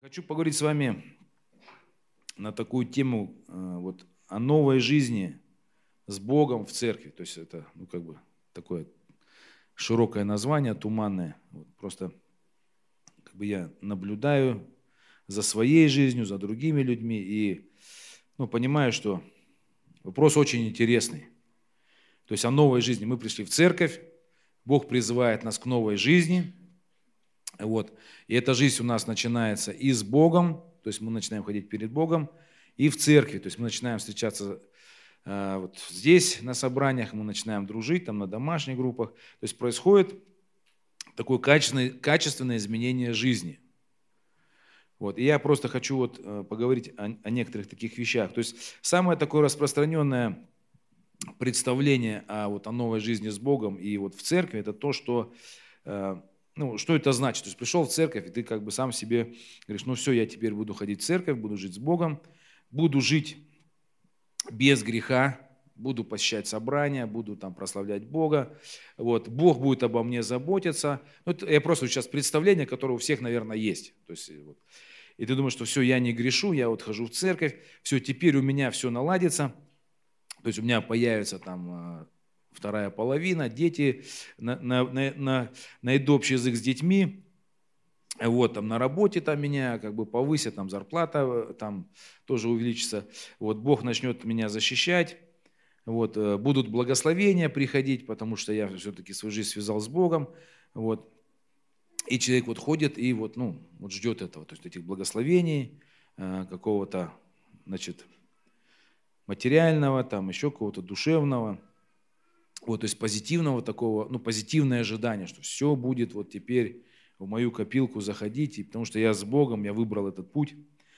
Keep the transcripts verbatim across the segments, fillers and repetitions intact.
Хочу поговорить с вами на такую тему э, вот, о новой жизни с Богом в церкви. То есть это ну, как бы такое широкое название, туманное. Вот, просто как бы я наблюдаю за своей жизнью, за другими людьми и ну, понимаю, что вопрос очень интересный. То есть о новой жизни. Мы пришли в церковь, Бог призывает нас к новой жизни. Вот. И эта жизнь у нас начинается и с Богом, то есть мы начинаем ходить перед Богом, и в церкви. То есть мы начинаем встречаться э, вот здесь, на собраниях, мы начинаем дружить, там на домашних группах. То есть происходит такое качественное, качественное изменение жизни. Вот. И я просто хочу вот, э, поговорить о, о некоторых таких вещах. То есть самое такое распространенное представление о, вот, о новой жизни с Богом и вот в церкви, это то, что... э, Ну, что это значит? То есть пришел в церковь, и ты как бы сам себе говоришь, ну все, я теперь буду ходить в церковь, буду жить с Богом, буду жить без греха, буду посещать собрания, буду там прославлять Бога, вот, Бог будет обо мне заботиться. Ну, это я просто сейчас представление, которое у всех, наверное, есть. То есть, вот. И ты думаешь, что все, я не грешу, я вот хожу в церковь, все, теперь у меня все наладится, то есть у меня появится там вторая половина, дети, на, на, на, на, найду общий язык с детьми, вот, там на работе там меня как бы повысят, там зарплата там тоже увеличится, вот, Бог начнет меня защищать, вот, будут благословения приходить, потому что я все-таки свою жизнь связал с Богом, вот, и человек вот ходит и вот, ну, вот ждет этого, то есть этих благословений, какого-то, значит, материального, там еще какого-то душевного, вот, то есть позитивного такого, ну, позитивное ожидание, что все будет вот теперь в мою копилку заходить, и потому что я с Богом, я выбрал этот путь.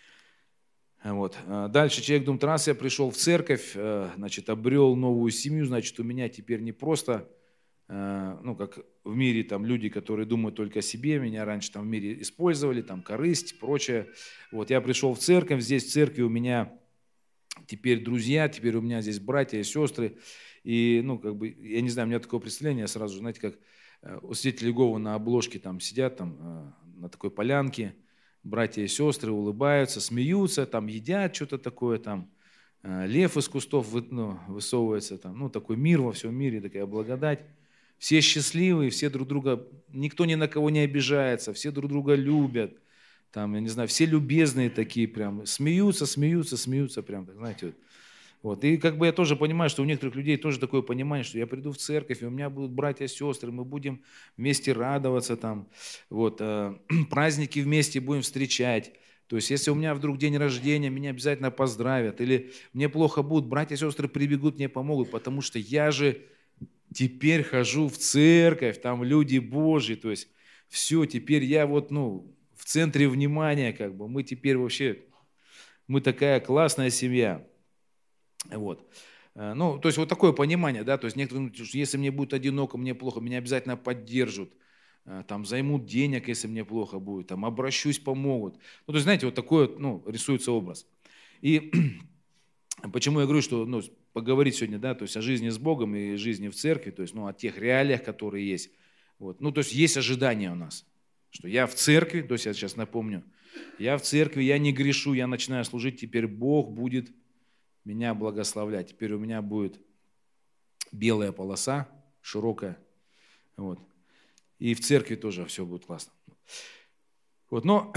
Вот. Дальше человек думает, раз я пришел в церковь, значит, обрел новую семью, значит, у меня теперь не просто, ну, как в мире там люди, которые думают только о себе, меня раньше там в мире использовали, там корысть, прочее. Вот, я пришел в церковь, здесь в церкви у меня теперь друзья, теперь у меня здесь братья и сестры. И, ну, как бы, я не знаю, у меня такое представление, сразу, знаете, как у свидетелей Иеговы на обложке там сидят, там, на такой полянке, братья и сестры улыбаются, смеются, там, едят что-то такое, там, лев из кустов вы, ну, высовывается, там, ну, такой мир во всем мире, такая благодать. Все счастливые, все друг друга, никто ни на кого не обижается, все друг друга любят, там, я не знаю, все любезные такие прям, смеются, смеются, смеются прям, так, знаете, вот. Вот. И как бы я тоже понимаю, что у некоторых людей тоже такое понимание, что я приду в церковь, и у меня будут братья и сестры, мы будем вместе радоваться, там, вот, э, праздники вместе будем встречать. То есть если у меня вдруг день рождения, меня обязательно поздравят, или мне плохо будет, братья и сестры прибегут, мне помогут, потому что я же теперь хожу в церковь, там люди Божьи, то есть все, теперь я вот, ну, в центре внимания, как бы, мы теперь вообще, мы такая классная семья. Вот. Ну, то есть вот такое понимание, да, то есть некоторые думают, что если мне будет одиноко, мне плохо, меня обязательно поддержат, там, займут денег, если мне плохо будет, там, обращусь, помогут. Ну, то есть, знаете, вот такой, ну, рисуется образ. И почему я говорю, что, ну, поговорить сегодня, да, то есть о жизни с Богом и жизни в церкви, то есть, ну, о тех реалиях, которые есть. Вот. Ну, то есть есть ожидания у нас, что я в церкви, то есть я сейчас напомню, я в церкви, я не грешу, я начинаю служить, теперь Бог будет меня благословлять. Теперь у меня будет белая полоса, широкая. Вот. И в церкви тоже все будет классно. Вот. Но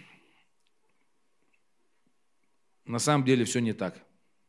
на самом деле все не так.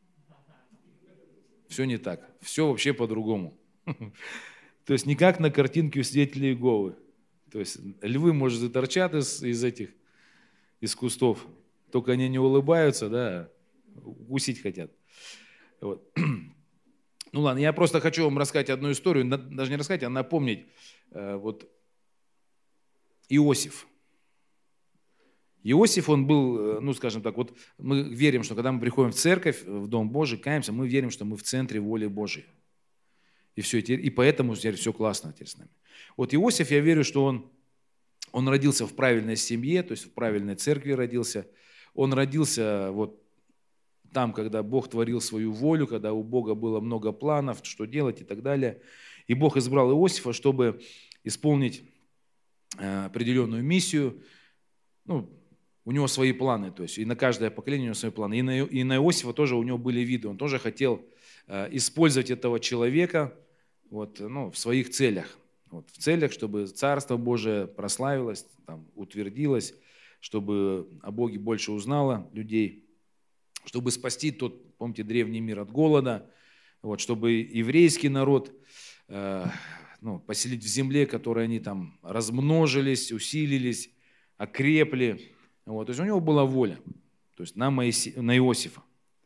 Все не так. Все вообще по-другому. То есть не как на картинке у свидетелей Иеговы. То есть львы, может, заторчат из, из этих, из кустов, только они не улыбаются, да, укусить хотят. Вот. Ну ладно, я просто хочу вам рассказать одну историю, даже не рассказать, а напомнить. Вот Иосиф. Иосиф, он был, ну скажем так, вот мы верим, что когда мы приходим в церковь, в Дом Божий, каемся, мы верим, что мы в центре воли Божией. И все, и поэтому теперь все классно теперь с нами. Вот Иосиф, я верю, что он, он родился в правильной семье, то есть в правильной церкви родился. Он родился вот там, когда Бог творил свою волю, когда у Бога было много планов, что делать и так далее. И Бог избрал Иосифа, чтобы исполнить определенную миссию. Ну, у него свои планы, то есть и на каждое поколение у него свои планы. И на, и на Иосифа тоже у него были виды, он тоже хотел э, использовать этого человека вот, ну, в своих целях. Вот, в целях, чтобы Царство Божие прославилось, там, утвердилось, чтобы о Боге больше узнало людей, чтобы спасти тот, помните, древний мир от голода, вот, чтобы еврейский народ э, ну, поселить в земле, которой они там размножились, усилились, окрепли. Вот, то есть у него была воля, то есть на, Моисе, на Иосифа.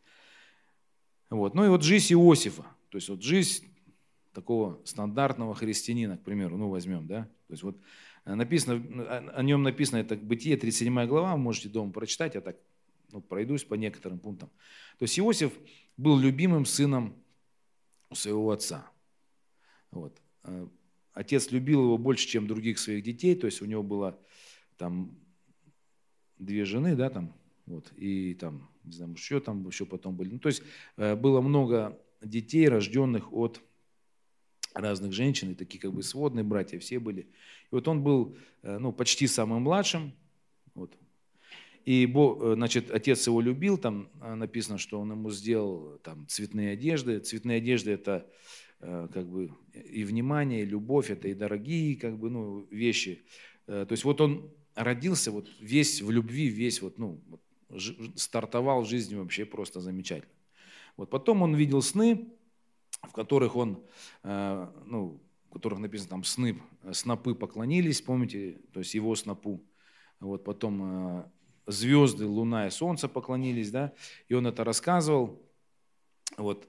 Вот. Ну и вот жизнь Иосифа, то есть вот жизнь такого стандартного христианина, к примеру, ну возьмем, да, то есть вот написано, о нем написано, это Бытие, тридцать седьмая глава, можете дома прочитать, я так ну, пройдусь по некоторым пунктам. То есть Иосиф был любимым сыном у своего отца. Вот. Отец любил его больше, чем других своих детей, то есть у него было там две жены, да, там, вот, и там, не знаю, еще там, еще потом были. Ну, то есть было много детей, рожденных от разных женщин, и такие как бы сводные братья все были. И вот он был, ну, почти самым младшим, вот. И, значит, отец его любил, там написано, что он ему сделал там цветные одежды. Цветные одежды – это как бы и внимание, и любовь, это и дорогие как бы, ну, вещи. То есть вот он родился вот весь в любви, весь вот, ну, стартовал в жизни вообще просто замечательно. Вот потом он видел сны, в которых он, ну, в которых написано там сны, снопы поклонились, помните, то есть его снопу. Вот потом звезды, луна и солнце поклонились, да, и он это рассказывал, вот,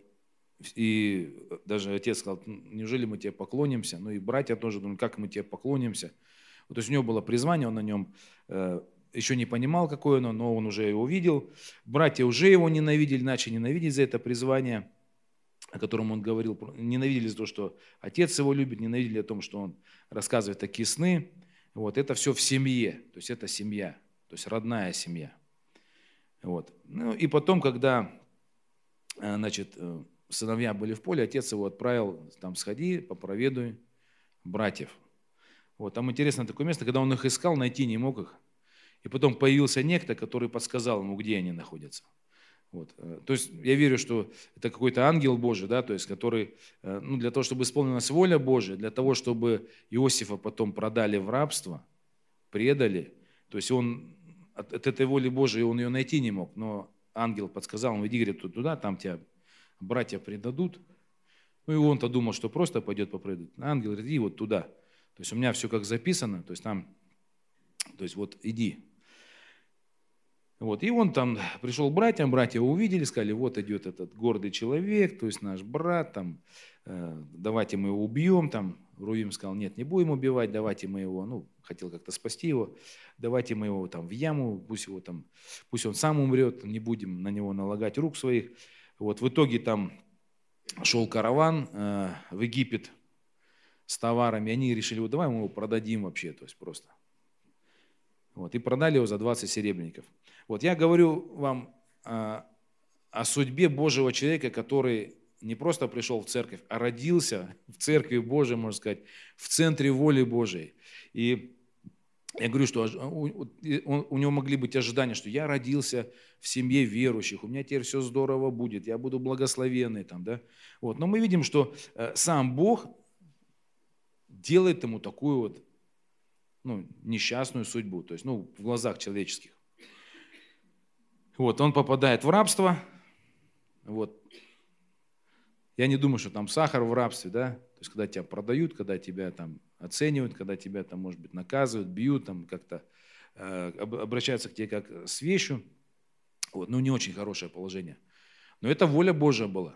и даже отец сказал, неужели мы тебе поклонимся, ну и братья тоже думают, как мы тебе поклонимся, вот, то есть у него было призвание, он на нем э, еще не понимал, какое оно, но он уже его видел, братья уже его ненавидели, начали ненавидеть за это призвание, о котором он говорил, ненавидели за то, что отец его любит, ненавидели о том, что он рассказывает такие сны, вот, это все в семье, то есть это семья. То есть родная семья. Вот. Ну и потом, когда, значит, сыновья были в поле, отец его отправил, там, сходи, попроведуй братьев. Вот. Там интересно такое место, когда он их искал, найти не мог их. И потом появился некто, который подсказал ему, где они находятся. Вот. То есть я верю, что это какой-то ангел Божий, да, то есть, который, ну, для того, чтобы исполнилась воля Божия, для того, чтобы Иосифа потом продали в рабство, предали, то есть он от, от этой воли Божией он ее найти не мог, но ангел подсказал ему, иди, говорит, туда, там тебя братья предадут. Ну и он-то думал, что просто пойдет попредать. Ангел говорит, иди вот туда. То есть у меня все как записано, то есть там, то есть вот иди. Вот, и он там пришел к братьям, братья его увидели, сказали, вот идет этот гордый человек, то есть наш брат, там, э, давайте мы его убьем, там, Рувим сказал, нет, не будем убивать, давайте мы его, ну, хотел как-то спасти его, давайте мы его там в яму, пусть его там, пусть он сам умрет, не будем на него налагать рук своих. Вот, в итоге там шел караван э, в Египет с товарами, они решили, вот давай мы его продадим вообще, то есть просто. Вот, и продали его за двадцать серебряников. Вот я говорю вам а, о судьбе Божьего человека, который не просто пришел в церковь, а родился в церкви Божией, можно сказать, в центре воли Божией. И я говорю, что у, у него могли быть ожидания, что я родился в семье верующих, у меня теперь все здорово будет, я буду благословенный. Там, да? Вот. Но мы видим, что сам Бог делает ему такую вот, ну, несчастную судьбу, то есть, ну, в глазах человеческих. Вот, он попадает в рабство. Вот. Я не думаю, что там сахар в рабстве, да, то есть, когда тебя продают, когда тебя там оценивают, когда тебя там, может быть, наказывают, бьют, там как-то э, обращаются к тебе как с вещью. Вот, ну, не очень хорошее положение. Но это воля Божия была.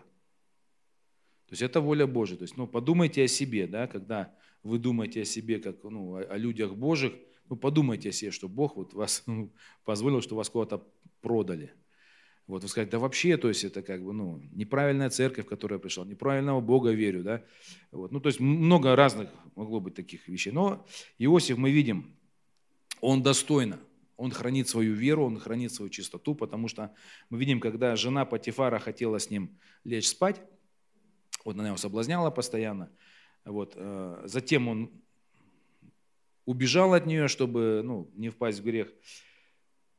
То есть, это воля Божия. То есть, ну, подумайте о себе, да, когда вы думаете о себе, как, ну, о, о людях Божьих, ну, подумайте о себе, что Бог вот вас, ну, позволил, что вас куда-то продали. Вот вы скажете, да вообще, то есть это как бы, ну, неправильная церковь, в которую я пришел, неправильного Бога верю, да. Вот. Ну, то есть много разных могло быть таких вещей. Но Иосиф, мы видим, он достойно, он хранит свою веру, он хранит свою чистоту, потому что мы видим, когда жена Потифара хотела с ним лечь спать, вот она его соблазняла постоянно, вот, затем он убежал от нее, чтобы, ну, не впасть в грех.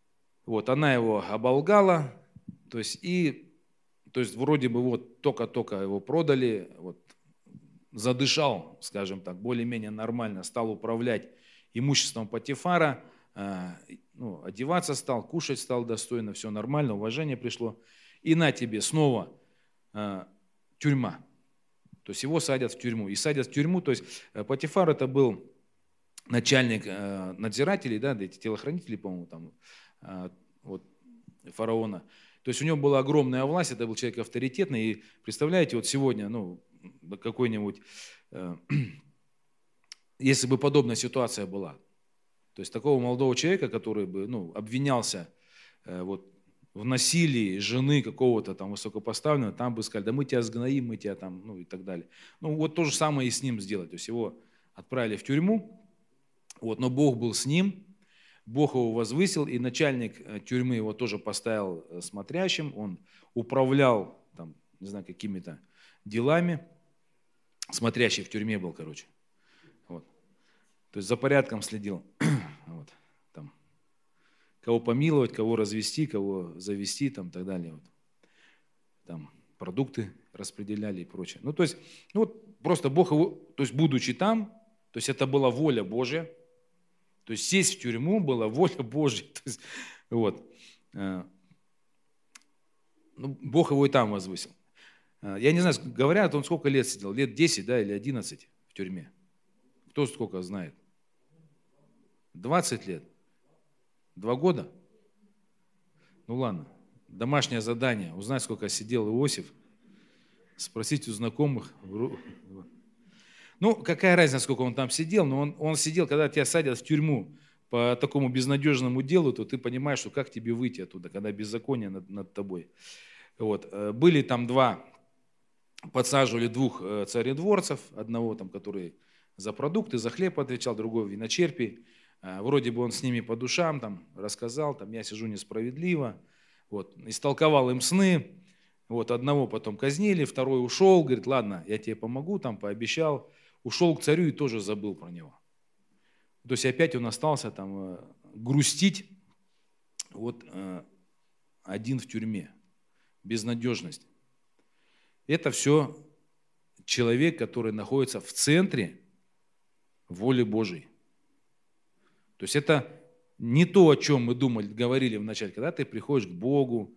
Вот, она его оболгала, то есть, и, то есть вроде бы вот только-только его продали, вот, задышал, скажем так, более-менее нормально, стал управлять имуществом Потифара, а, ну, одеваться стал, кушать стал достойно, все нормально, уважение пришло. И на тебе снова а, тюрьма. То есть его садят в тюрьму. И садят в тюрьму, то есть э, Потифар это был начальник э, надзирателей, да, эти телохранителей, по-моему, там, э, вот, фараона. То есть у него была огромная власть, это был человек авторитетный. И представляете, вот сегодня, ну, какой-нибудь, э, если бы подобная ситуация была, то есть такого молодого человека, который бы, ну, обвинялся э, вот, в насилии жены какого-то там высокопоставленного, там бы сказали, да мы тебя сгноим, мы тебя там, ну и так далее. Ну вот то же самое и с ним сделать. То есть его отправили в тюрьму, вот, но Бог был с ним, Бог его возвысил, и начальник э, тюрьмы его тоже поставил э, смотрящим, он управлял там, не знаю, какими-то делами, смотрящий в тюрьме был, короче. Вот. То есть за порядком следил. Вот, там, кого помиловать, кого развести, кого завести, там, так далее. Вот. Там продукты распределяли и прочее. Ну, то есть, ну, вот просто Бог его, то есть, будучи там, то есть, это была воля Божья, то есть, сесть в тюрьму была воля Божья. То есть, вот. Ну, Бог его и там возвысил. Я не знаю, говорят, он сколько лет сидел? Лет десять, да, или одиннадцать в тюрьме? Кто сколько знает? двадцать лет? Два года? Ну ладно, домашнее задание. Узнать, сколько сидел Иосиф. Спросить у знакомых. Ну, какая разница, сколько он там сидел, но он, он сидел, когда тебя садят в тюрьму по такому безнадежному делу, то ты понимаешь, что как тебе выйти оттуда, когда беззаконие над, над тобой. Вот. Были там два, подсаживали двух царедворцев, одного там, который за продукты, за хлеб отвечал, другой в виночерпии. Вроде бы он с ними по душам там рассказал, там я сижу несправедливо, вот, истолковал им сны, вот, одного потом казнили, второй ушел, говорит, ладно, я тебе помогу, там пообещал, ушел к царю и тоже забыл про него. То есть опять он остался там грустить, вот, один в тюрьме, безнадежность. Это все человек, который находится в центре воли Божьей. То есть это не то, о чем мы думали, говорили вначале. Когда ты приходишь к Богу,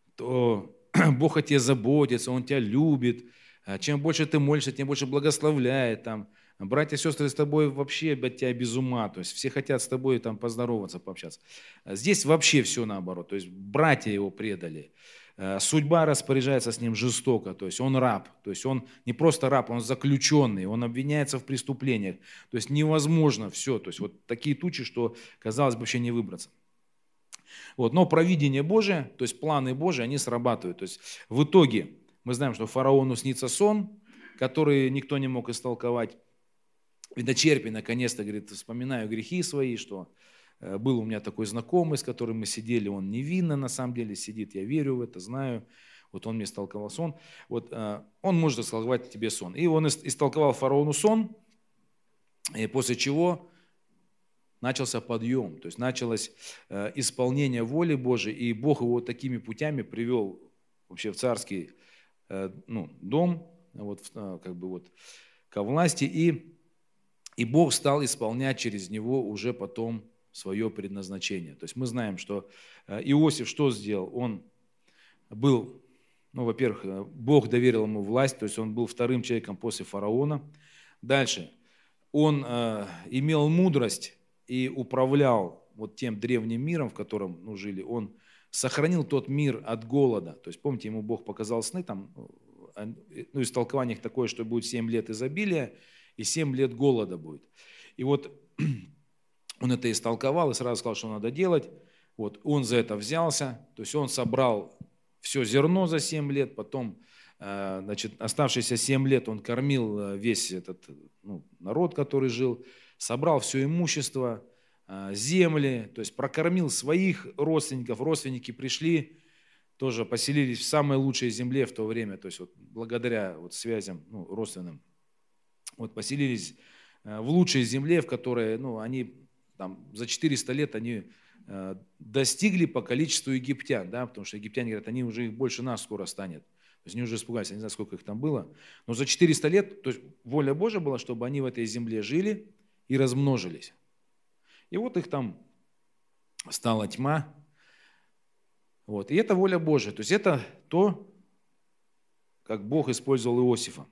то Бог о тебе заботится, Он тебя любит. Чем больше ты молишься, тем больше благословляет. Там. Братья и сестры с тобой вообще от тебя без ума. То есть все хотят с тобой там поздороваться, пообщаться. Здесь вообще все наоборот. То есть братья его предали. Судьба распоряжается с ним жестоко, то есть он раб, то есть он не просто раб, он заключенный, он обвиняется в преступлениях, то есть невозможно все, то есть вот такие тучи, что казалось бы вообще не выбраться. Вот, но провидение Божие, то есть планы Божии, они срабатывают, то есть в итоге мы знаем, что фараону снится сон, который никто не мог истолковать, виночерпий наконец-то говорит, вспоминаю грехи свои, что был у меня такой знакомый, с которым мы сидели, он невинно на самом деле сидит, я верю в это, знаю. Вот он мне истолковал сон. Вот он может истолковать тебе сон. И он истолковал фараону сон, и после чего начался подъем, то есть началось исполнение воли Божией, и Бог его такими путями привел вообще в царский, ну, дом, вот, как бы вот ко власти, и, и Бог стал исполнять через него уже потом свое предназначение. То есть мы знаем, что Иосиф что сделал? Он был, ну, во-первых, Бог доверил ему власть, то есть он был вторым человеком после фараона. Дальше, он э, имел мудрость и управлял вот тем древним миром, в котором, ну, жили. Он сохранил тот мир от голода. То есть, помните, ему Бог показал сны, там, ну, истолкование такое, что будет семь лет изобилия и семь лет голода будет. И вот он это истолковал и сразу сказал, что надо делать. Вот, он за это взялся, то есть он собрал все зерно за семь лет, потом, значит, оставшиеся семь лет он кормил весь этот, ну, народ, который жил, собрал все имущество, земли, то есть прокормил своих родственников, родственники пришли, тоже поселились в самой лучшей земле в то время, то есть вот благодаря вот связям, ну, родственным, вот поселились в лучшей земле, в которой, ну, они там за четыреста лет они достигли по количеству египтян, да, потому что египтяне говорят, они уже их больше нас скоро станет. То есть они уже испугались, я не знаю, сколько их там было. Но за четыреста лет, то есть воля Божья была, чтобы они в этой земле жили и размножились. И вот их там стала тьма. Вот. И это воля Божья. То есть это то, как Бог использовал Иосифа.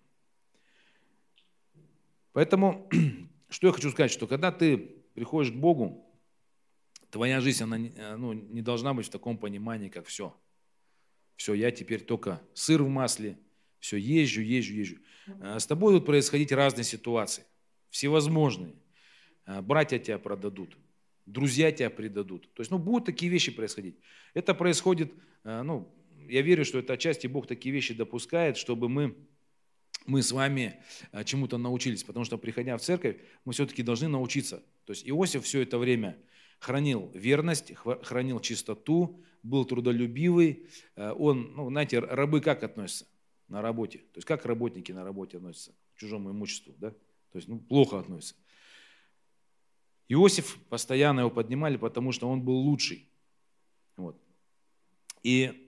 Поэтому, что я хочу сказать, что когда ты приходишь к Богу, твоя жизнь, она ну, не должна быть в таком понимании, как все. Все, я теперь только сыр в масле, все, езжу, езжу, езжу. С тобой будут происходить разные ситуации, всевозможные. Братья тебя продадут, друзья тебя предадут. То есть, ну, будут такие вещи происходить. Это происходит, ну, я верю, что это отчасти Бог такие вещи допускает, чтобы мы, мы с вами чему-то научились. Потому что, приходя в церковь, мы все-таки должны научиться. То есть Иосиф все это время хранил верность, хранил чистоту, был трудолюбивый. Он, ну, знаете, рабы как относятся на работе? То есть как работники на работе относятся к чужому имуществу, да? То есть, ну, плохо относятся. Иосиф, постоянно его поднимали, потому что он был лучший. Вот. И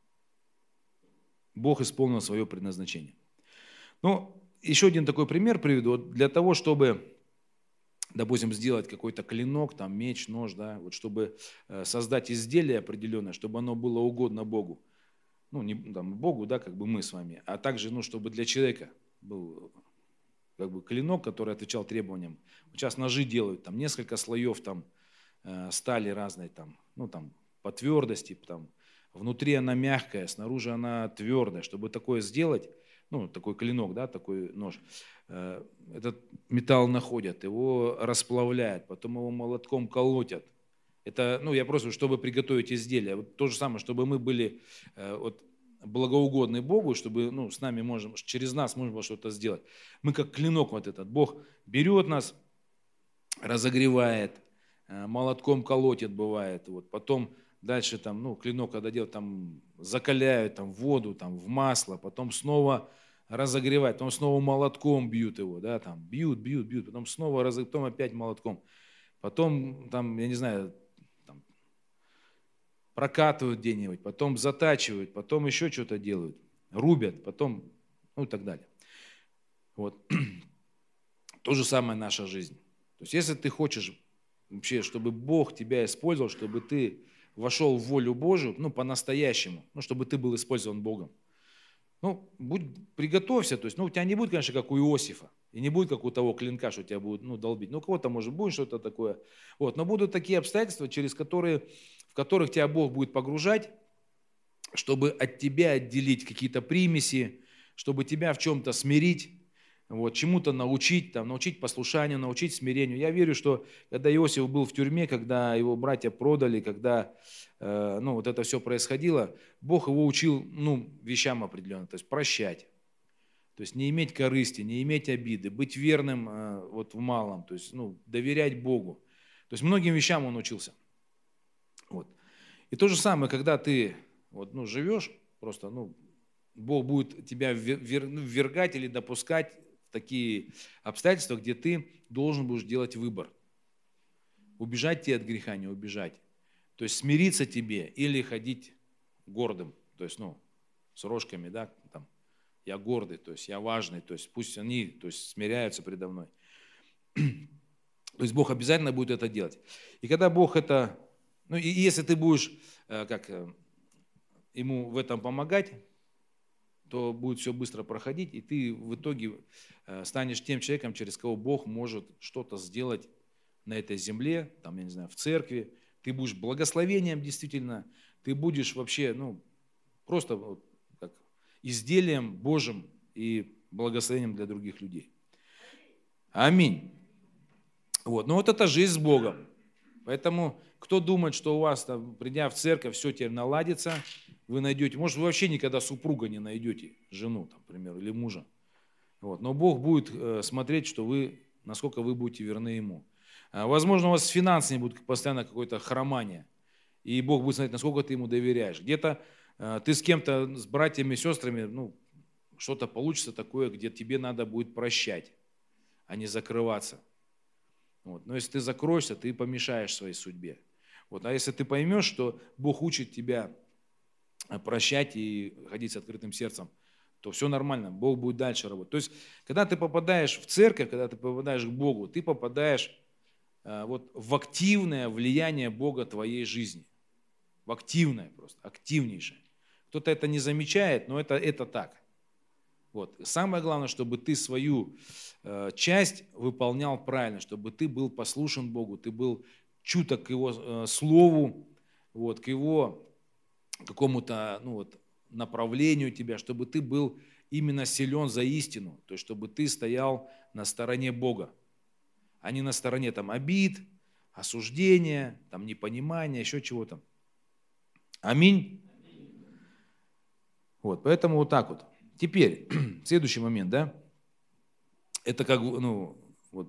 Бог исполнил свое предназначение. Ну, еще один такой пример приведу. Вот для того, чтобы, допустим, сделать какой-то клинок, там, меч, нож, да, вот чтобы создать изделие определенное, чтобы оно было угодно Богу. Ну, не там, Богу, да, как бы мы с вами, а также, ну, чтобы для человека был как бы клинок, который отвечал требованиям. Сейчас ножи делают, там несколько слоев там стали разной, там, ну, там, по твердости, там, внутри она мягкая, снаружи она твердая. Чтобы такое сделать, ну, такой клинок, да, такой нож, этот металл находят, его расплавляют, потом его молотком колотят. Это, ну, я просто, чтобы приготовить изделие. Вот то же самое, чтобы мы были вот, благоугодны Богу, чтобы, ну, с нами можем, через нас можно было что-то сделать. Мы как клинок вот этот. Бог берет нас, разогревает, молотком колотит, бывает. Вот. Потом дальше там, ну, клинок, когда делают, там закаляют там, в воду, там, в масло, потом снова разогревают, потом снова молотком бьют его, да, там, бьют, бьют, бьют, потом снова разогревают, потом опять молотком. Потом, там, я не знаю, там, прокатывают где-нибудь, потом затачивают, потом еще что-то делают, рубят, потом, ну и так далее. Вот. То же самое наша жизнь. То есть, если ты хочешь вообще, чтобы Бог тебя использовал, чтобы ты вошел в волю Божию, ну, по-настоящему, ну, чтобы ты был использован Богом, ну, будь, приготовься, то есть, ну, у тебя не будет, конечно, как у Иосифа, и не будет, как у того клинка, что тебя будут, ну, долбить. Ну, у кого-то, может, будет что-то такое. Вот, но будут такие обстоятельства, через которые, в которых тебя Бог будет погружать, чтобы от тебя отделить какие-то примеси, чтобы тебя в чем-то смирить, вот, чему-то научить, там, научить послушанию, научить смирению. Я верю, что когда Иосиф был в тюрьме, когда его братья продали, когда э, ну, вот это все происходило, Бог его учил, ну, вещам определенным, то есть прощать, то есть не иметь корысти, не иметь обиды, быть верным э, вот, в малом, то есть, ну, доверять Богу. То есть многим вещам он учился. Вот. И то же самое, когда ты вот, ну, живешь, просто, ну, Бог будет тебя ввергать или допускать в такие обстоятельства, где ты должен будешь делать выбор. Убежать тебе от греха, не убежать. То есть смириться тебе или ходить гордым, то есть, ну, с рожками, да, там, я гордый, то есть я важный, то есть пусть они, то есть, смиряются предо мной. То есть Бог обязательно будет это делать. И когда Бог это, ну, и если ты будешь, как, ему в этом помогать, то будет все быстро проходить, и ты в итоге станешь тем человеком, через кого Бог может что-то сделать на этой земле, там, я не знаю, в церкви. Ты будешь благословением действительно, ты будешь вообще, ну, просто вот, как, изделием Божьим и благословением для других людей. Аминь. Вот. Но вот это жизнь с Богом. Поэтому, кто думает, что у вас, там, придя в церковь, все теперь наладится, вы найдете, может, вы вообще никогда супруга не найдете, жену, там, например, или мужа. Вот. Но Бог будет э, смотреть, что вы, насколько вы будете верны Ему. А, возможно, у вас с финансами будет постоянно какое-то хромание, и Бог будет смотреть, насколько ты Ему доверяешь. Где-то э, ты с кем-то, с братьями, сестрами, ну, что-то получится такое, где тебе надо будет прощать, а не закрываться. Вот. Но если ты закроешься, ты помешаешь своей судьбе. Вот. А если ты поймешь, что Бог учит тебя прощать и ходить с открытым сердцем, то все нормально, Бог будет дальше работать. То есть, когда ты попадаешь в церковь, когда ты попадаешь к Богу, ты попадаешь а, вот, в активное влияние Бога в твоей жизни. В активное просто, активнейшее. Кто-то это не замечает, но это, это так. Вот. Самое главное, чтобы ты свою э, часть выполнял правильно, чтобы ты был послушен Богу, ты был чуток к Его э, слову, вот, к Его какому-то ну, вот, направлению тебя, чтобы ты был именно силен за истину, то есть чтобы ты стоял на стороне Бога, а не на стороне там, обид, осуждения, там, непонимания, еще чего-то. Аминь. Вот, поэтому вот так вот. Теперь, следующий момент, да, это как, ну, вот,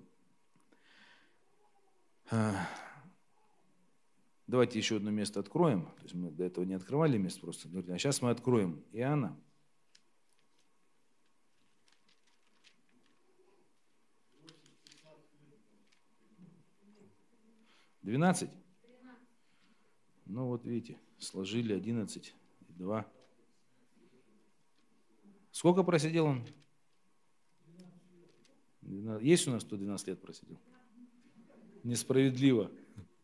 а, давайте еще одно место откроем, то есть мы до этого не открывали место просто, а сейчас мы откроем Иоанна. двенадцать? Ну вот видите, сложили одиннадцать, два. Сколько просидел он? Есть у нас кто двенадцать лет просидел? Несправедливо.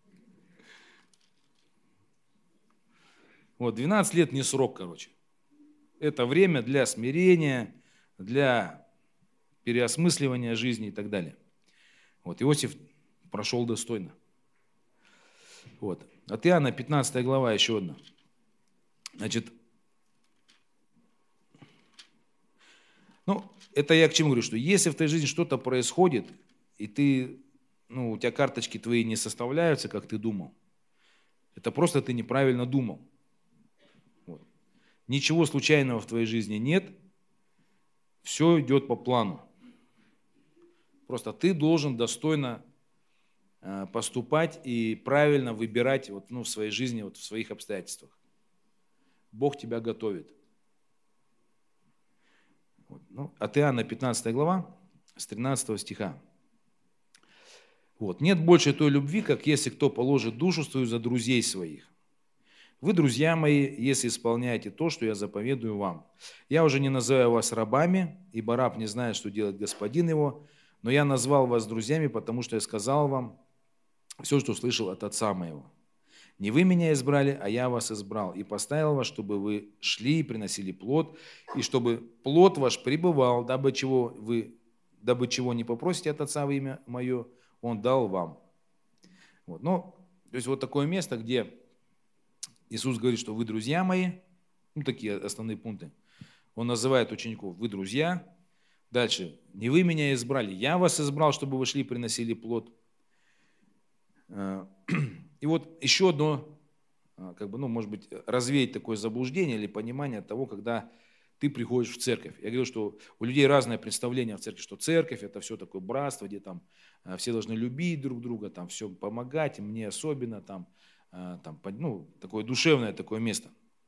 Вот, двенадцать лет не срок, короче. Это время для смирения, для переосмысливания жизни и так далее. Вот, Иосиф прошел достойно. Вот. От Иоанна пятнадцатая глава, еще одна. Значит, ну, это я к чему говорю, что если в твоей жизни что-то происходит, и ты, ну, у тебя карточки твои не составляются, как ты думал, это просто ты неправильно думал. Вот. Ничего случайного в твоей жизни нет, все идет по плану. Просто ты должен достойно поступать и правильно выбирать вот, ну, в своей жизни, вот, в своих обстоятельствах. Бог тебя готовит. Вот. Ну, от Иоанна пятнадцатая глава, с тринадцатого стиха. Вот. «Нет больше той любви, как если кто положит душу свою за друзей своих. Вы, друзья мои, если исполняете то, что я заповедую вам. Я уже не называю вас рабами, ибо раб не знает, что делает господин его, но я назвал вас друзьями, потому что я сказал вам все, что слышал от отца моего. Не вы меня избрали, а я вас избрал и поставил вас, чтобы вы шли и приносили плод, и чтобы плод ваш пребывал, дабы чего вы, дабы чего не попросите от отца во имя мое, он дал вам». Вот. Ну, то есть вот такое место, где Иисус говорит, что вы друзья мои, ну такие основные пункты. Он называет учеников: вы друзья. Дальше: не вы меня избрали, я вас избрал, чтобы вы шли и приносили плод. И вот еще одно, как бы, ну, может быть, развеять такое заблуждение или понимание того, когда ты приходишь в церковь. Я говорю, что у людей разное представление в церкви, что церковь – это все такое братство, где там все должны любить друг друга, там все помогать, мне особенно, там, там, ну, такое душевное такое место.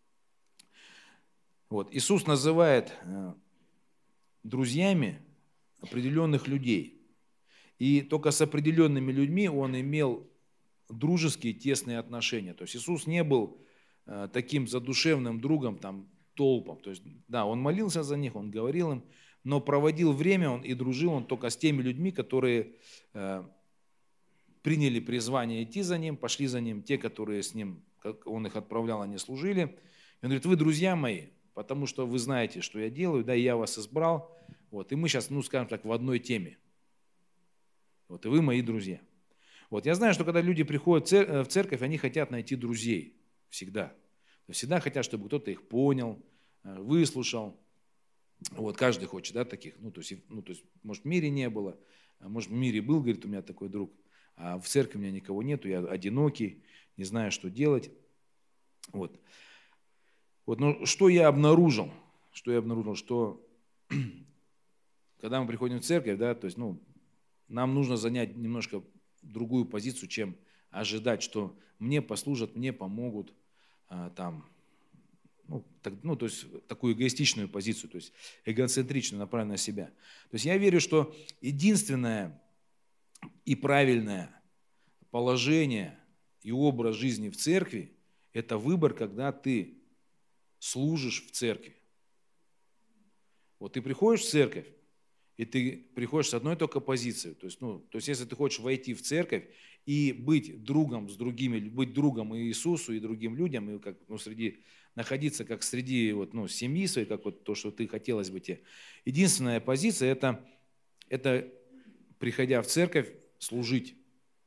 Вот. Иисус называет друзьями определенных людей. И только с определенными людьми Он имел дружеские, тесные отношения. То есть Иисус не был э, таким задушевным другом, там, толпам. То есть, да, Он молился за них, Он говорил им, но проводил время Он и дружил Он только с теми людьми, которые э, приняли призвание идти за Ним, пошли за Ним, те, которые с Ним, как Он их отправлял, они служили. И Он говорит: вы друзья мои, потому что вы знаете, что я делаю, да, и я вас избрал. Вот, и мы сейчас, ну, скажем так, в одной теме. Вот, и вы мои друзья. Вот, я знаю, что когда люди приходят в церковь, они хотят найти друзей. Всегда. Всегда хотят, чтобы кто-то их понял, выслушал. Вот, каждый хочет, да, таких. Ну, то есть, ну, то есть, может, в мире не было, может, в мире был, говорит, у меня такой друг, а в церкви у меня никого нету, я одинокий, не знаю, что делать. Вот. Вот, но что я обнаружил? Что я обнаружил, что когда мы приходим в церковь, да, то есть, ну, нам нужно занять немножко другую позицию, чем ожидать, что мне послужат, мне помогут, а, там, ну, так, ну, то есть такую эгоистичную позицию, то есть эгоцентричную, направленную на себя. То есть я верю, что единственное и правильное положение и образ жизни в церкви – это выбор, когда ты служишь в церкви. Вот ты приходишь в церковь, и ты приходишь с одной только позицией. То есть, ну, то есть, если ты хочешь войти в церковь и быть другом с другими, быть другом и Иисусу, и другим людям, и как, ну, среди, находиться как среди вот, ну, семьи своей, как вот то, что ты хотелось бы тебе. Единственная позиция это, – это, приходя в церковь, служить.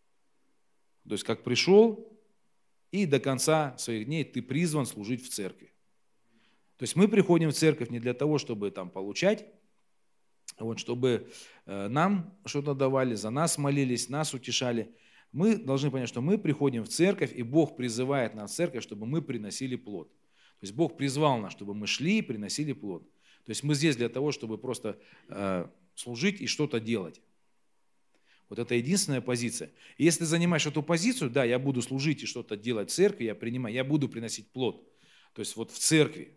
То есть, как пришел, и до конца своих дней ты призван служить в церкви. То есть, мы приходим в церковь не для того, чтобы там получать, вот, чтобы нам что-то давали, за нас молились, нас утешали. Мы должны понять, что мы приходим в церковь, и Бог призывает нас в церковь, чтобы мы приносили плод. То есть Бог призвал нас, чтобы мы шли и приносили плод. То есть мы здесь для того, чтобы просто э, служить и что-то делать. Вот это единственная позиция. И если ты занимаешь эту позицию, да, я буду служить и что-то делать в церкви, я принимаю, я буду приносить плод, то есть вот в церкви,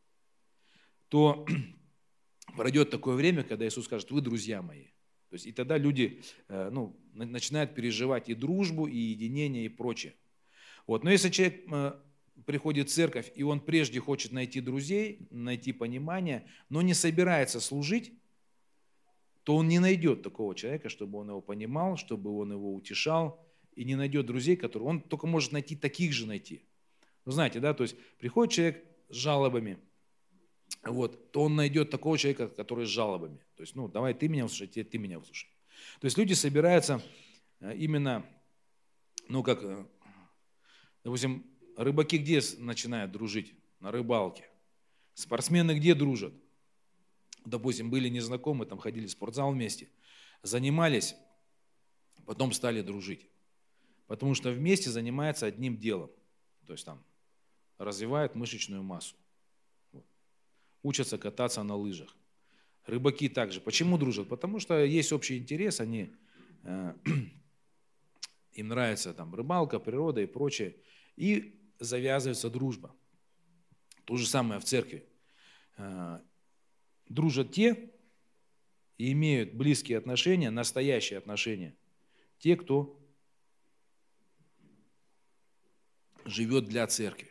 то пройдет такое время, когда Иисус скажет: вы друзья мои. То есть и тогда люди ну, начинают переживать и дружбу, и единение, и прочее. Вот. Но если человек приходит в церковь, и он прежде хочет найти друзей, найти понимание, но не собирается служить, то он не найдет такого человека, чтобы он его понимал, чтобы он его утешал, и не найдет друзей, которые он только может найти, таких же найти. Вы знаете, да, то есть приходит человек с жалобами, вот, то он найдет такого человека, который с жалобами. То есть, ну, давай ты меня услышай, ты меня услышай. То есть люди собираются именно, ну, как, допустим, рыбаки где начинают дружить? На рыбалке. Спортсмены где дружат? Допустим, были незнакомы, там ходили в спортзал вместе, занимались, потом стали дружить. Потому что вместе занимаются одним делом. То есть там развивают мышечную массу. Учатся кататься на лыжах. Рыбаки также. Почему дружат? Потому что есть общий интерес, они, э, им нравится там рыбалка, природа и прочее. И завязывается дружба. То же самое в церкви. Э, дружат те и имеют близкие отношения, настоящие отношения, те, кто живет для церкви.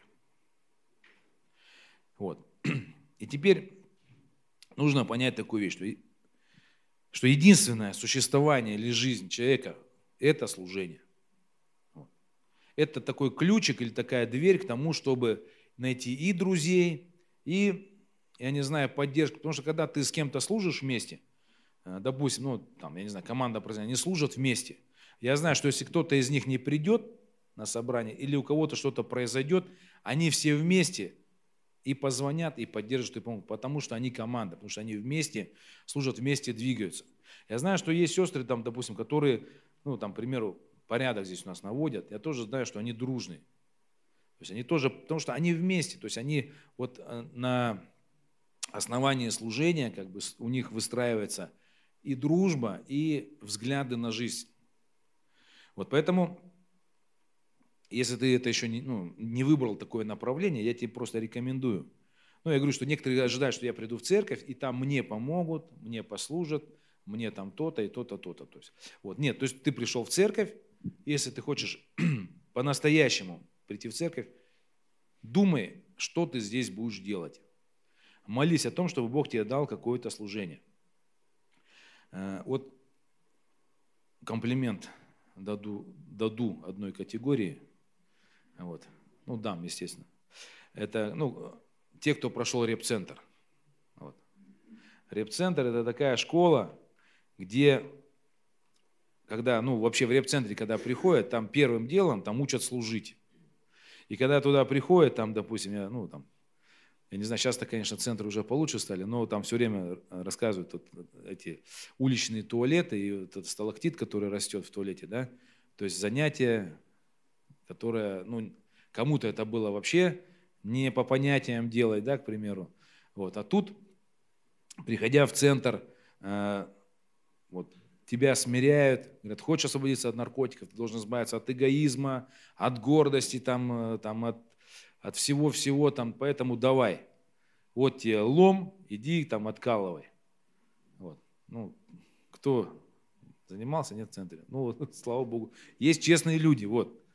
Вот. И теперь нужно понять такую вещь, что, что единственное существование или жизнь человека – это служение. Вот. Это такой ключик или такая дверь к тому, чтобы найти и друзей, и, я не знаю, поддержку. Потому что когда ты с кем-то служишь вместе, допустим, ну, там, я не знаю, команда производителей, они служат вместе. Я знаю, что если кто-то из них не придет на собрание или у кого-то что-то произойдет, они все вместе и позвонят, и поддержат, и помогут, потому что они команда, потому что они вместе служат, вместе двигаются. Я знаю, что есть сестры, там, допустим, которые, ну, там, к примеру, порядок здесь у нас наводят, я тоже знаю, что они дружные. То есть они тоже, потому что они вместе, то есть они вот на основании служения, как бы у них выстраивается и дружба, и взгляды на жизнь. Вот поэтому, если ты это еще не, ну, не выбрал такое направление, я тебе просто рекомендую. Ну, я говорю, что некоторые ожидают, что я приду в церковь, и там мне помогут, мне послужат, мне там то-то и то-то, то-то. То есть, вот. Нет, то есть ты пришел в церковь, если ты хочешь по-настоящему прийти в церковь, думай, что ты здесь будешь делать. Молись о том, чтобы Бог тебе дал какое-то служение. Вот комплимент даду, даду одной категории. Вот. Ну, дам, естественно. Это, ну, те, кто прошел реп-центр. Вот. Реп-центр – это такая школа, где, когда, ну, вообще в реп-центре, когда приходят, там первым делом там учат служить. И когда туда приходят, там, допустим, я, ну, там, я не знаю, сейчас-то, конечно, центры уже получше стали, но там все время рассказывают вот эти уличные туалеты и вот этот сталактит, который растет в туалете, да, то есть занятие, которое, ну, кому-то это было вообще не по понятиям делать, да, к примеру, вот, а тут, приходя в центр, э, вот, тебя смиряют, говорят, хочешь освободиться от наркотиков, ты должен избавиться от эгоизма, от гордости, там, там, от от всего-всего там, поэтому давай, вот тебе лом, иди там откалывай. Вот. Ну, кто занимался, нет в центре. Ну, вот, слава Богу, есть честные люди, вот.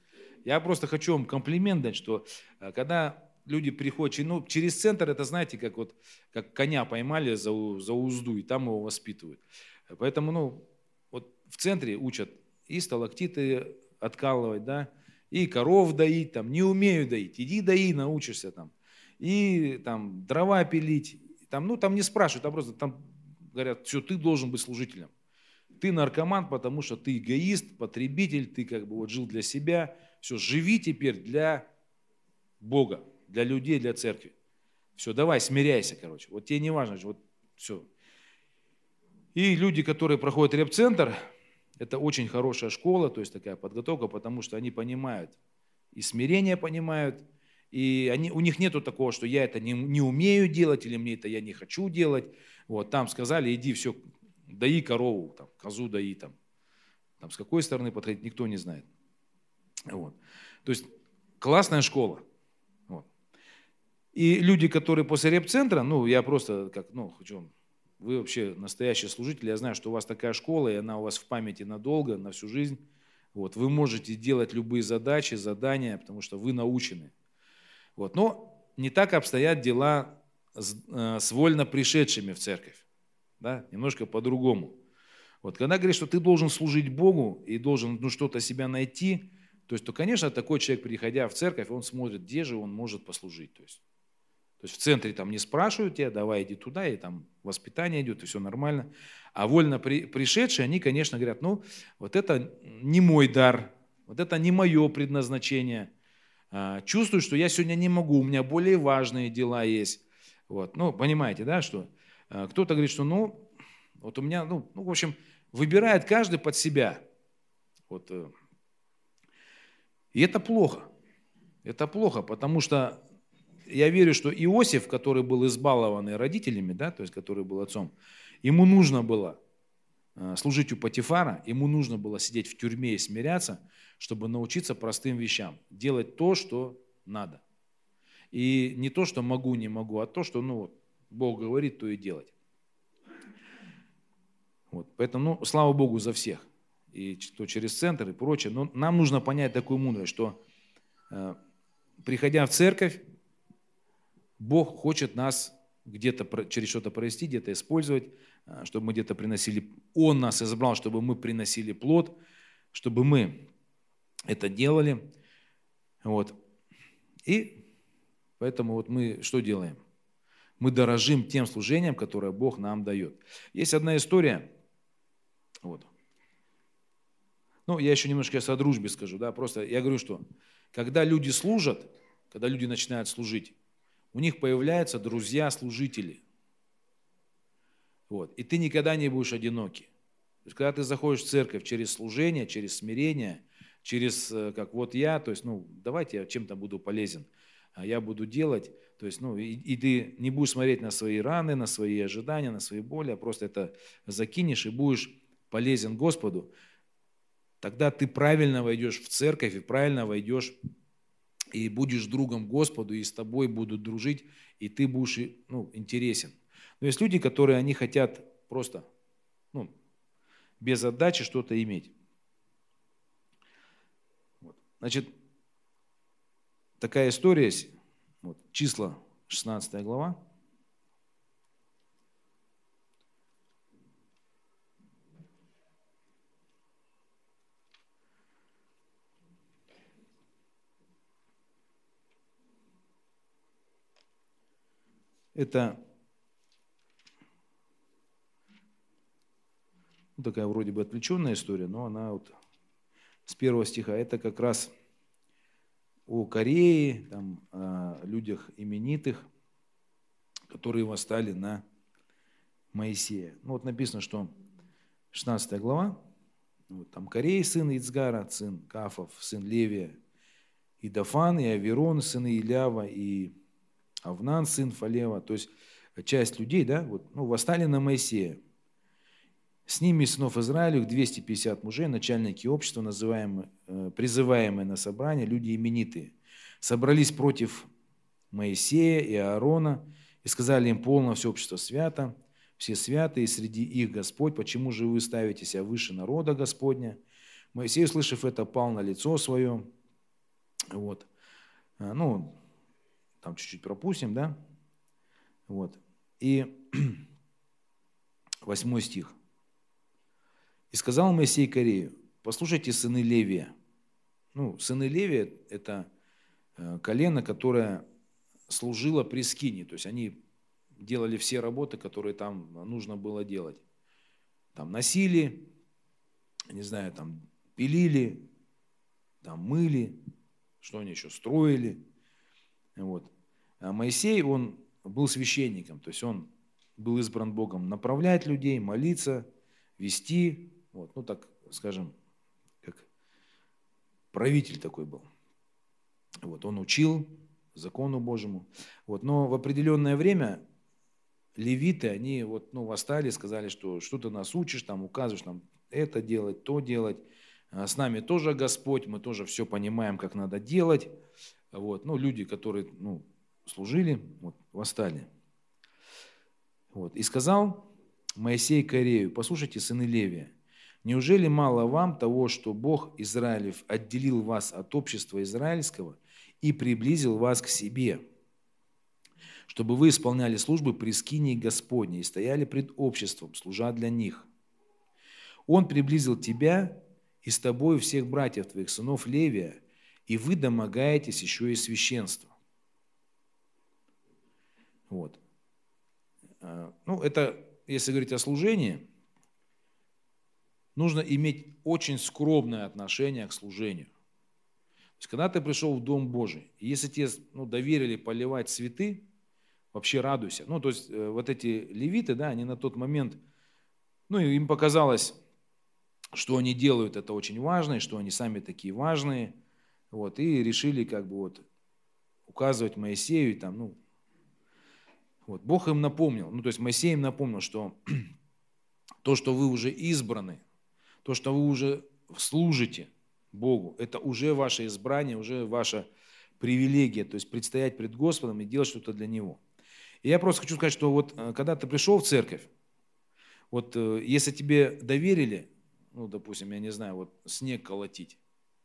Я просто хочу вам комплимент дать, что когда люди приходят, ну, через центр, это, знаете, как вот как коня поймали за, за узду, и там его воспитывают. Поэтому, ну, вот в центре учат и сталактиты откалывать, да, и коров доить, там, не умею доить, иди дои, научишься там, и там дрова пилить, там, ну, там не спрашивают, там просто там говорят, все, ты должен быть служителем. Ты наркоман, потому что ты эгоист, потребитель, ты как бы вот жил для себя, все, живи теперь для Бога, для людей, для церкви. Все, давай, смиряйся, короче. Вот тебе не важно, вот все. И люди, которые проходят реп-центр, это очень хорошая школа, то есть такая подготовка, потому что они понимают, и смирение понимают, и они, у них нету такого, что я это не, не умею делать, или мне это я не хочу делать. Вот, там сказали, иди, все, дои корову, там, козу дои, там, там, с какой стороны подходить, никто не знает. Вот. То есть классная школа. Вот. И люди, которые после реп-центра, ну, я просто, как, ну, хочу, вы вообще настоящий служитель, я знаю, что у вас такая школа, и она у вас в памяти надолго, на всю жизнь. Вот. Вы можете делать любые задачи, задания, потому что вы научены. Вот. Но не так обстоят дела с, э, с вольно пришедшими в церковь. Да? Немножко по-другому. Вот. Когда говоришь, что ты должен служить Богу и должен, ну, что-то себя найти, то есть, то, конечно, такой человек, приходя в церковь, он смотрит, где же он может послужить. То есть, то есть в центре там не спрашивают тебя, давай иди туда, и там воспитание идет, и все нормально. А вольно при, пришедшие, они, конечно, говорят, ну, вот это не мой дар, вот это не мое предназначение. Чувствую, что я сегодня не могу, у меня более важные дела есть. Вот. Ну, понимаете, да, что кто-то говорит, что, ну, вот у меня, ну, ну, в общем, выбирает каждый под себя. Вот. И это плохо. Это плохо, потому что я верю, что Иосиф, который был избалованный родителями, да, то есть который был отцом, ему нужно было служить у Потифара, ему нужно было сидеть в тюрьме и смиряться, чтобы научиться простым вещам, делать то, что надо. И не то, что могу, не могу, а то, что, ну, Бог говорит, то и делать. Вот. Поэтому, ну, слава Богу за всех, и кто через центр и прочее. Но нам нужно понять такую мудрость, что э, приходя в церковь, Бог хочет нас где-то через что-то провести, где-то использовать, чтобы мы где-то приносили, Он нас избрал, чтобы мы приносили плод, чтобы мы это делали. Вот. И поэтому вот мы что делаем? Мы дорожим тем служением, которое Бог нам дает. Есть одна история. Вот. Ну, я еще немножко сейчас о дружбе скажу. Да? Просто я говорю, что когда люди служат, когда люди начинают служить, у них появляются друзья-служители. Вот. И ты никогда не будешь одинокий. То есть, когда ты заходишь в церковь через служение, через смирение, через, как вот я, то есть, ну, давайте я чем-то буду полезен, я буду делать, то есть, ну, и, и ты не будешь смотреть на свои раны, на свои ожидания, на свои боли, а просто это закинешь и будешь полезен Господу, тогда ты правильно войдешь в церковь и правильно войдешь и будешь другом Господу, и с тобой будут дружить, и ты будешь, ну, интересен. Но есть люди, которые, они хотят просто, ну, без отдачи что-то иметь. Вот. Значит, такая история есть. Вот, числа, шестнадцатая глава. Это ну, такая вроде бы отвлеченная история, но она вот с первого стиха. Это как раз о Корее, там, о людях именитых, которые восстали на Моисея. Ну вот написано, что шестнадцатая глава, вот, там Корей, сын Ицгара, сын Кафов, сын Левия, и Дафан, и Аверон, сыны Илява, и Авнан, сын Фалева, то есть часть людей, да, вот, ну, восстали на Моисея. С ними сынов Израилевых двести пятьдесят мужей, начальники общества, называемые, призываемые на собрание, люди именитые, собрались против Моисея и Аарона и сказали им: полно все общество свято, все святы, и среди их Господь, почему же вы ставите себя выше народа Господня? Моисей, услышав это, пал на лицо свое Вот. Ну, там чуть-чуть пропустим, да? Вот. И восьмой стих. «И сказал Моисей Корею: послушайте, сыны Левия». Ну, сыны Левия – это колено, которое служило при скинии. То есть они делали все работы, которые там нужно было делать. Там носили, не знаю, там пилили, там мыли, что они еще строили. Вот. А Моисей, он был священником, то есть он был избран Богом направлять людей, молиться, вести, вот, ну так, скажем, как правитель такой был. Вот, он учил закону Божьему. Вот, но в определенное время левиты, они вот, ну, восстали, сказали, что что ты нас учишь, там, указываешь нам это делать, то делать. С нами тоже Господь, мы тоже все понимаем, как надо делать. Вот, ну, люди, которые, ну, служили, вот, восстали. Вот. И сказал Моисей Корею: послушайте, сыны Левия, неужели мало вам того, что Бог Израилев отделил вас от общества израильского и приблизил вас к себе, чтобы вы исполняли службы при скинии Господней и стояли пред обществом, служа для них? Он приблизил тебя и с тобой всех братьев твоих, сынов Левия, и вы домогаетесь еще и священства. Вот. Ну, это, если говорить о служении, нужно иметь очень скромное отношение к служению. То есть, когда ты пришел в Дом Божий, и если тебе, ну, доверили поливать цветы, вообще радуйся. Ну, то есть, вот эти левиты, да, они на тот момент, ну, им показалось, что они делают это очень важно, и что они сами такие важные, вот, и решили как бы вот указывать Моисею, и там, ну, вот, Бог им напомнил, ну, то есть Моисей им напомнил, что то, что вы уже избраны, то, что вы уже служите Богу, это уже ваше избрание, уже ваша привилегия, то есть предстоять пред Господом и делать что-то для Него. И я просто хочу сказать, что вот когда ты пришел в церковь, вот если тебе доверили, ну, допустим, я не знаю, вот снег колотить,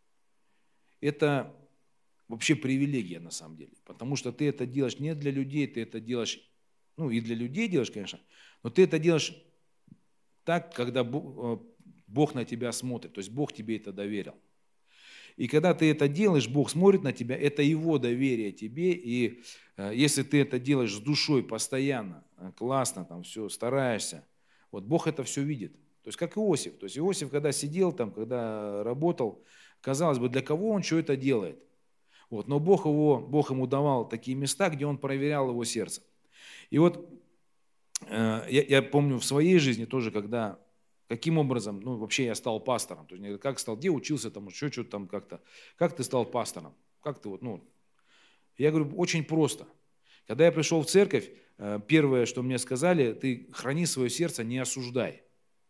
это вообще привилегия на самом деле, потому что ты это делаешь не для людей, ты это делаешь, ну, и для людей делаешь, конечно, но ты это делаешь так, когда Бог на тебя смотрит, то есть Бог тебе это доверил. И когда ты это делаешь, Бог смотрит на тебя, это Его доверие тебе, и если ты это делаешь с душой постоянно, классно, там все, стараешься, вот Бог это все видит. То есть как Иосиф. То есть Иосиф, когда сидел там, когда работал, казалось бы, для кого он что это делает? Вот, но Бог, его, Бог ему давал такие места, где он проверял его сердце. И вот э, я, я помню в своей жизни тоже, когда, каким образом, ну вообще я стал пастором, то есть как стал, где учился, там, еще что-то там как-то, как ты стал пастором, как ты вот, ну, я говорю, очень просто. Когда я пришел в церковь, э, первое, что мне сказали, ты храни свое сердце, не осуждай.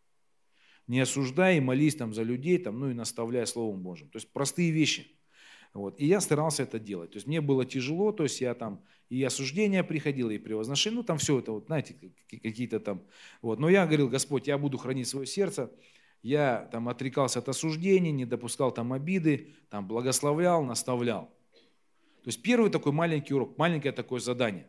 Не осуждай и молись там за людей, там, ну и наставляй Словом Божьим. То есть простые вещи. Вот. И я старался это делать. То есть мне было тяжело, то есть я там и осуждение приходило, и превозношение, ну там все это, вот, знаете, какие-то там. Вот. Но я говорил: Господь, я буду хранить свое сердце. Я там отрекался от осуждений, не допускал там обиды, там благословлял, наставлял. То есть первый такой маленький урок, маленькое такое задание.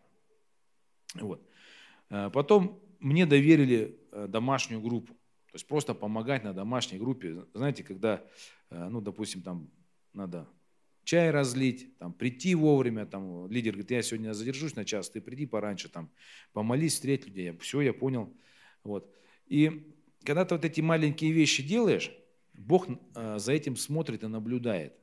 Вот. Потом мне доверили домашнюю группу. То есть просто помогать на домашней группе. Знаете, когда, ну, допустим, там надо чай разлить, там, прийти вовремя, там, лидер говорит: я сегодня задержусь на час, ты приди пораньше, там, помолись, встреть людей. Я, все, я понял. Вот. И когда ты вот эти маленькие вещи делаешь, Бог за этим смотрит и наблюдает.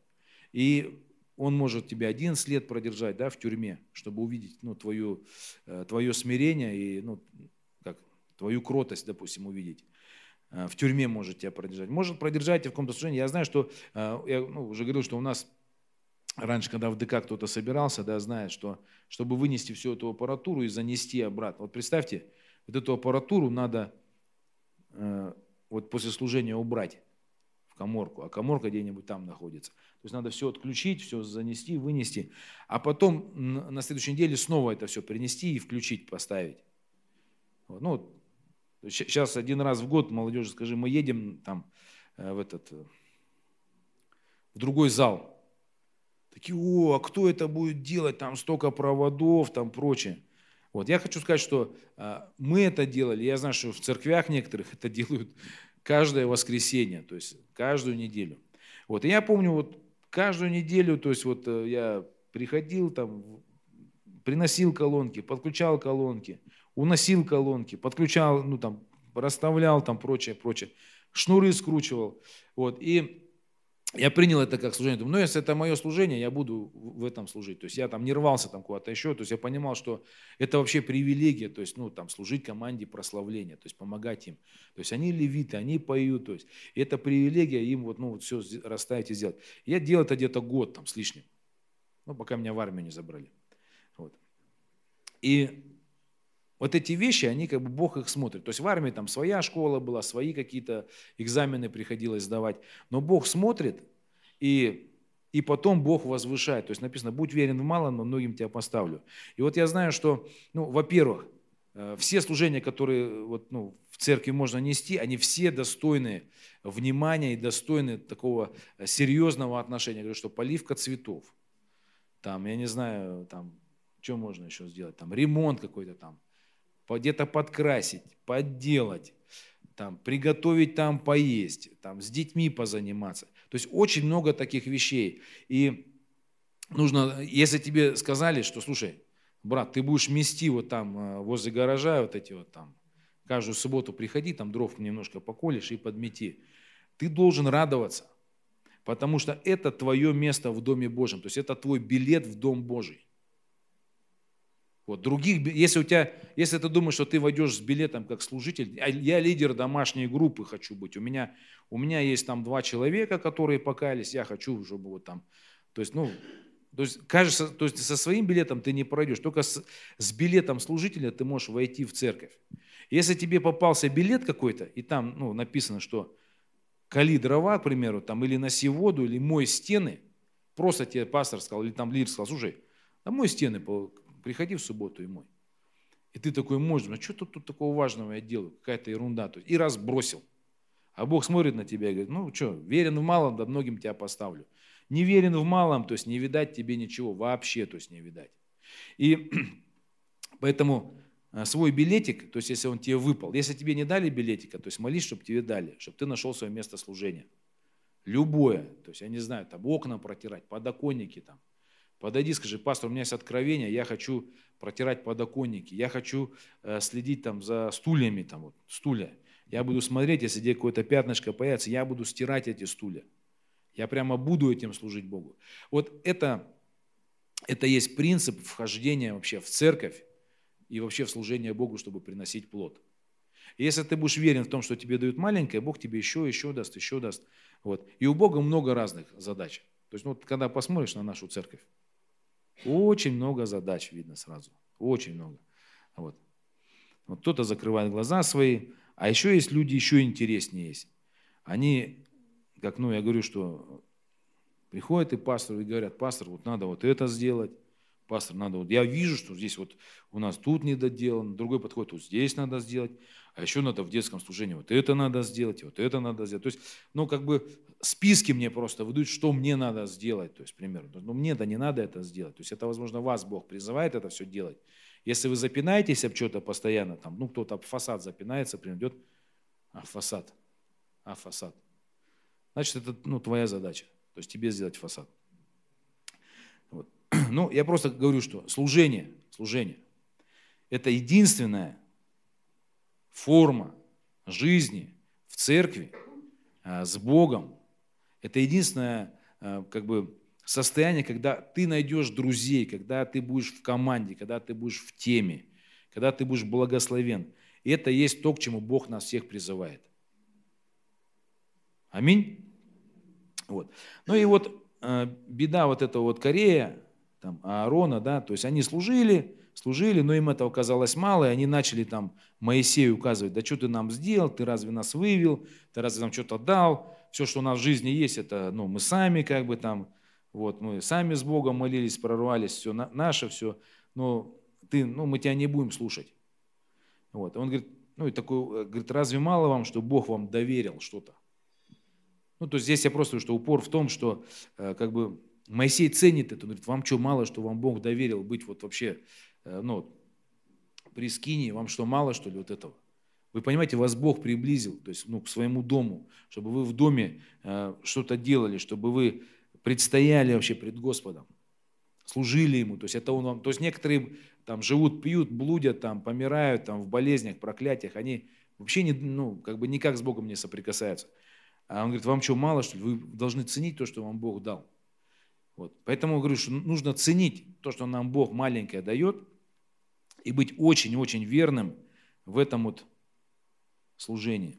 И Он может тебя одиннадцать лет продержать, да, в тюрьме, чтобы увидеть, ну, твою, твое смирение и, ну, как, твою кротость, допустим, увидеть. В тюрьме может тебя продержать. Может продержать тебя в каком-то служении. Я знаю, что, я, ну, уже говорил, что у нас раньше, когда в ДК кто-то собирался, да, знает, что чтобы вынести всю эту аппаратуру и занести обратно. Вот представьте, вот эту аппаратуру надо э, вот после служения убрать в каморку, а каморка где-нибудь там находится. То есть надо все отключить, все занести, вынести, а потом на следующей неделе снова это все принести и включить, поставить. Вот. Ну, сейчас один раз в год молодежи, скажи, мы едем там в этот, в другой зал. Такие, о, а кто это будет делать, там столько проводов, там прочее. Вот, я хочу сказать, что а, мы это делали, я знаю, что в церквях некоторых это делают каждое воскресенье, то есть каждую неделю. Вот, и я помню, вот каждую неделю, то есть вот э, я приходил там, приносил колонки, подключал колонки, уносил колонки, подключал, ну там, расставлял там прочее, прочее, шнуры скручивал. Вот, и я принял это как служение. Думаю, ну, если это мое служение, я буду в этом служить. То есть я там не рвался там куда-то еще. То есть я понимал, что это вообще привилегия, то есть, ну, там, служить команде прославления, то есть помогать им. То есть они левиты, они поют, то есть и это привилегия им вот, ну, вот все расставить и сделать. Я делал это где-то год там с лишним, ну, пока меня в армию не забрали. Вот. И вот эти вещи, они как бы Бог их смотрит. То есть в армии там своя школа была, свои какие-то экзамены приходилось сдавать. Но Бог смотрит, и, и потом Бог возвышает. То есть написано, будь верен в малом, но многим тебя поставлю. И вот я знаю, что, ну, во-первых, все служения, которые вот, ну, в церкви можно нести, они все достойны внимания и достойны такого серьезного отношения. Я говорю, что поливка цветов, там, я не знаю, там, что можно еще сделать, там, ремонт какой-то там, где-то подкрасить, подделать, там, приготовить там поесть, там, с детьми позаниматься. То есть очень много таких вещей. И нужно, если тебе сказали, что, слушай, брат, ты будешь мести вот там возле гаража вот эти вот там, каждую субботу приходи, там дров немножко поколешь и подмети. Ты должен радоваться, потому что это твое место в Доме Божьем, то есть это твой билет в Дом Божий. Вот, других, если, у тебя, если ты думаешь, что ты войдешь с билетом как служитель, я лидер домашней группы хочу быть, у меня, у меня есть там два человека, которые покаялись, я хочу, чтобы вот там, то есть, ну, то есть, кажется, то есть со своим билетом ты не пройдешь, только с, с билетом служителя ты можешь войти в церковь. Если тебе попался билет какой-то, и там, ну, написано, что кали дрова, к примеру, там, или носи воду, или мой стены, просто тебе пастор сказал, или там лидер сказал, слушай, да мой стены, приходи в субботу и мой. И ты такой можешь, а что тут, тут такого важного я делаю, какая-то ерунда. И раз бросил. А Бог смотрит на тебя и говорит, ну что, верен в малом, да многим тебя поставлю. Не верен в малом, то есть не видать тебе ничего, вообще, то есть не видать. И поэтому свой билетик, то есть если он тебе выпал, если тебе не дали билетика, то есть молись, чтобы тебе дали, чтобы ты нашел свое место служения. Любое, то есть я не знаю, там окна протирать, подоконники там. Подойди, скажи, пастор, у меня есть откровение, я хочу протирать подоконники, я хочу э, следить там за стульями, там вот, стулья. Я буду смотреть, если где какое-то пятнышко появится, я буду стирать эти стулья. Я прямо буду этим служить Богу. Вот это, это есть принцип вхождения вообще в церковь и вообще в служение Богу, чтобы приносить плод. И если ты будешь верен в том, что тебе дают маленькое, Бог тебе еще, еще даст, еще даст. Вот. И у Бога много разных задач. То есть, ну, вот, когда посмотришь на нашу церковь, очень много задач видно сразу, очень много. Вот. Вот кто-то закрывает глаза свои, а еще есть люди, еще интереснее есть. Они, как, ну, я говорю, что приходят и пастору и говорят, пастор, вот надо вот это сделать, пастор, надо вот, я вижу, что здесь вот у нас тут недоделано, другой подходит, вот здесь надо сделать, а еще надо в детском служении вот это надо сделать, вот это надо сделать. То есть, ну, как бы списки мне просто выдают, что мне надо сделать, то есть, примерно. Ну, мне-то не надо это сделать. То есть, это, возможно, вас Бог призывает это все делать. Если вы запинаетесь об что-то постоянно, там, ну, кто-то об фасад запинается, придет, а, фасад, а, фасад. Значит, это, ну, твоя задача, то есть, тебе сделать фасад. Вот. Ну, я просто говорю, что служение, служение – это единственная форма жизни в церкви с Богом. Это единственное как бы состояние, когда ты найдешь друзей, когда ты будешь в команде, когда ты будешь в теме, когда ты будешь благословен. И это есть то, к чему Бог нас всех призывает. Аминь. Вот. Ну и вот беда вот этого вот Корея, там, Аарона, да, то есть они служили, служили, но им этого казалось мало, и они начали там Моисею указывать, да что ты нам сделал, ты разве нас вывел, ты разве нам что-то дал, все, что у нас в жизни есть, это, ну, мы сами как бы там, вот, мы сами с Богом молились, прорвались, все на, наше, все, но ты, ну, мы тебя не будем слушать. Вот, он говорит, ну, и такой, говорит, разве мало вам, что Бог вам доверил что-то? Ну, то есть здесь я просто говорю, что упор в том, что, как бы, Моисей ценит это. Он говорит, вам что, мало, что вам Бог доверил быть вот вообще, ну, при скинии, вам что, мало, что ли, вот этого? Вы понимаете, вас Бог приблизил, то есть, ну, к своему дому, чтобы вы в доме э, что-то делали, чтобы вы предстояли вообще пред Господом, служили Ему. То есть, это Он вам, то есть некоторые там живут, пьют, блудят, там, помирают там, в болезнях, проклятиях, они вообще не, ну, как бы никак с Богом не соприкасаются. А Он говорит, вам что, мало, что ли? Вы должны ценить то, что вам Бог дал. Вот. Поэтому я говорю, что нужно ценить то, что нам Бог маленькое дает, и быть очень-очень верным в этом вот служении.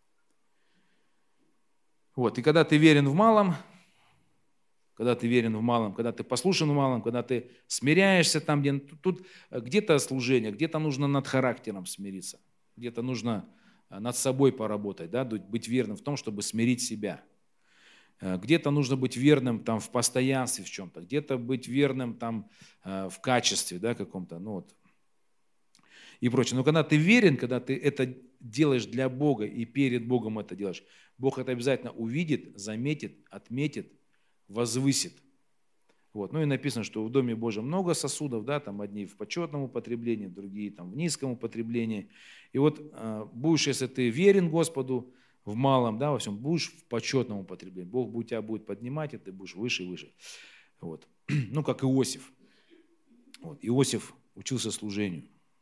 Вот. И когда ты верен в малом, когда ты верен в малом, когда ты послушен в малом, когда ты смиряешься там, где тут где-то служение, где-то нужно над характером смириться, где-то нужно над собой поработать, да, быть верным в том, чтобы смирить себя. Где-то нужно быть верным там, в постоянстве в чем-то, где-то быть верным там, в качестве, да, каком-то, ну вот, и прочее. Но когда ты верен, когда ты это делаешь для Бога и перед Богом это делаешь, Бог это обязательно увидит, заметит, отметит, возвысит. Вот. Ну и написано, что в Доме Божьем много сосудов, да, там одни в почетном употреблении, другие там в низком употреблении. И вот э, будешь, если ты верен Господу в малом, да, во всем, будешь в почетном употреблении. Бог будет, тебя будет поднимать, и ты будешь выше и выше. Вот. Ну, как Иосиф. Вот. Иосиф учился служению.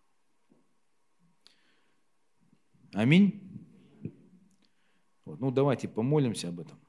Аминь. Вот. Ну, давайте помолимся об этом.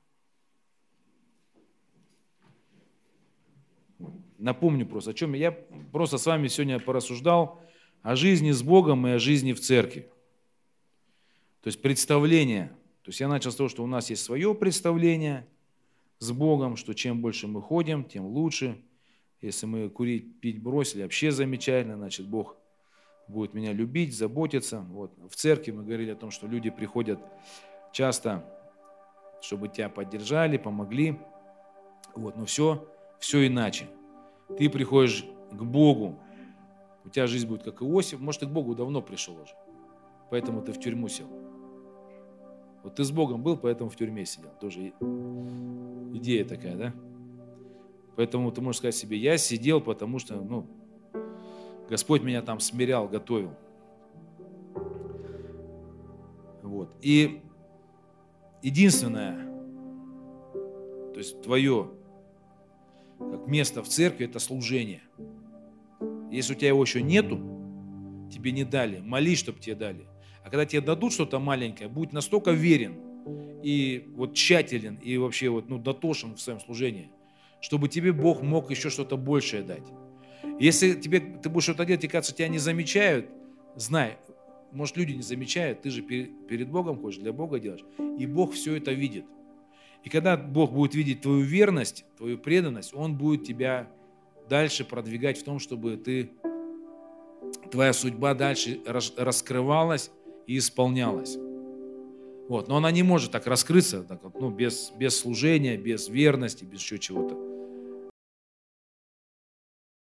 Напомню просто, о чем я просто с вами сегодня порассуждал о жизни с Богом и о жизни в церкви. То есть представление. То есть я начал с того, что у нас есть свое представление с Богом, что чем больше мы ходим, тем лучше. Если мы курить, пить бросили, вообще замечательно, значит, Бог будет меня любить, заботиться. Вот. В церкви мы говорили о том, что люди приходят часто, чтобы тебя поддержали, помогли. Вот. Но все, все иначе. Ты приходишь к Богу, у тебя жизнь будет как Иосиф, может, ты к Богу давно пришел уже, поэтому ты в тюрьму сел. Вот ты с Богом был, поэтому в тюрьме сидел. Тоже идея такая, да? Поэтому ты можешь сказать себе, я сидел, потому что, ну, Господь меня там смирял, готовил. Вот. И единственное, то есть твое как место в церкви, это служение. Если у тебя его еще нету, тебе не дали, молись, чтобы тебе дали. А когда тебе дадут что-то маленькое, будь настолько верен и вот тщателен, и вообще вот, ну, дотошен в своем служении, чтобы тебе Бог мог еще что-то большее дать. Если тебе, ты будешь что-то делать, и кажется, тебя не замечают, знай, может, люди не замечают, ты же перед, перед Богом ходишь, для Бога делаешь, и Бог все это видит. И когда Бог будет видеть твою верность, твою преданность, Он будет тебя дальше продвигать в том, чтобы ты, твоя судьба дальше раскрывалась и исполнялась. Вот. Но она не может так раскрыться так, ну, без, без служения, без верности, без еще чего-то.